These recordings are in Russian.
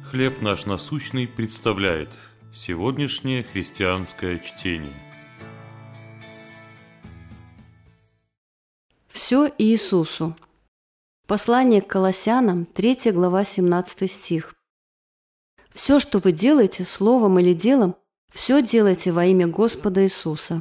«Хлеб наш насущный» представляет сегодняшнее христианское чтение. Все Иисусу. Послание к Колоссянам, 3 глава, 17 стих. «Все, что вы делаете, словом или делом, все делайте во имя Господа Иисуса».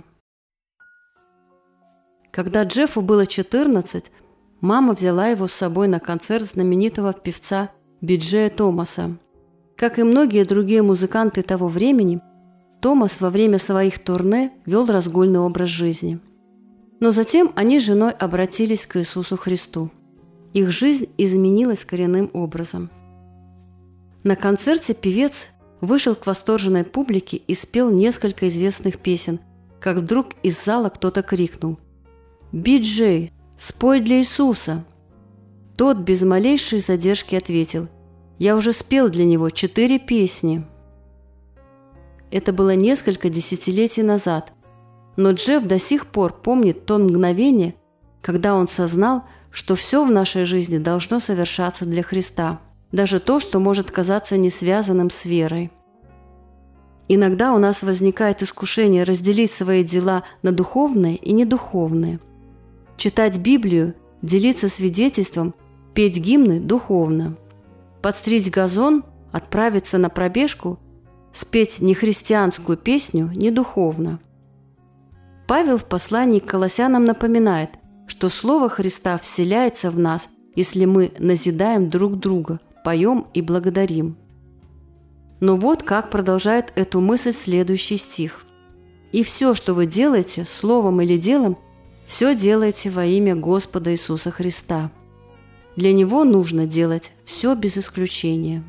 Когда Джеффу было 14, мама взяла его с собой на концерт знаменитого певца Би-Джея Томаса. Как и многие другие музыканты того времени, Томас во время своих турне вел разгульный образ жизни. Но затем они с женой обратились к Иисусу Христу. Их жизнь изменилась коренным образом. На концерте певец вышел к восторженной публике и спел несколько известных песен, как вдруг из зала кто-то крикнул: «Би-Джей, спой для Иисуса!» Тот без малейшей задержки ответил: «Я уже спел для него 4 песни». Это было несколько десятилетий назад, но Джефф до сих пор помнит то мгновение, когда он сознал, что все в нашей жизни должно совершаться для Христа, даже то, что может казаться не связанным с верой. Иногда у нас возникает искушение разделить свои дела на духовные и недуховные. Читать Библию, делиться свидетельством, петь гимны духовно. Подстричь газон, отправиться на пробежку, спеть нехристианскую песню недуховно. Павел в послании к Колоссянам напоминает, что Слово Христа вселяется в нас, если мы назидаем друг друга, поем и благодарим. Но вот как продолжает эту мысль следующий стих. «И все, что вы делаете, словом или делом, все делайте во имя Господа Иисуса Христа». Для Него нужно делать все без исключения.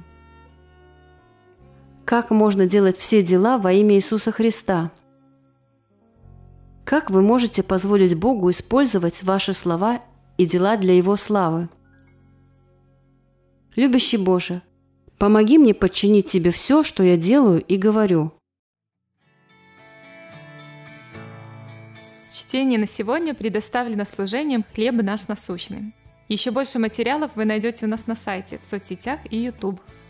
Как можно делать все дела во имя Иисуса Христа? Как вы можете позволить Богу использовать ваши слова и дела для Его славы? Любящий Боже, помоги мне подчинить Тебе все, что я делаю и говорю. Чтение на сегодня предоставлено служением «Хлеб наш насущный». Еще больше материалов вы найдете у нас на сайте, в соцсетях и YouTube.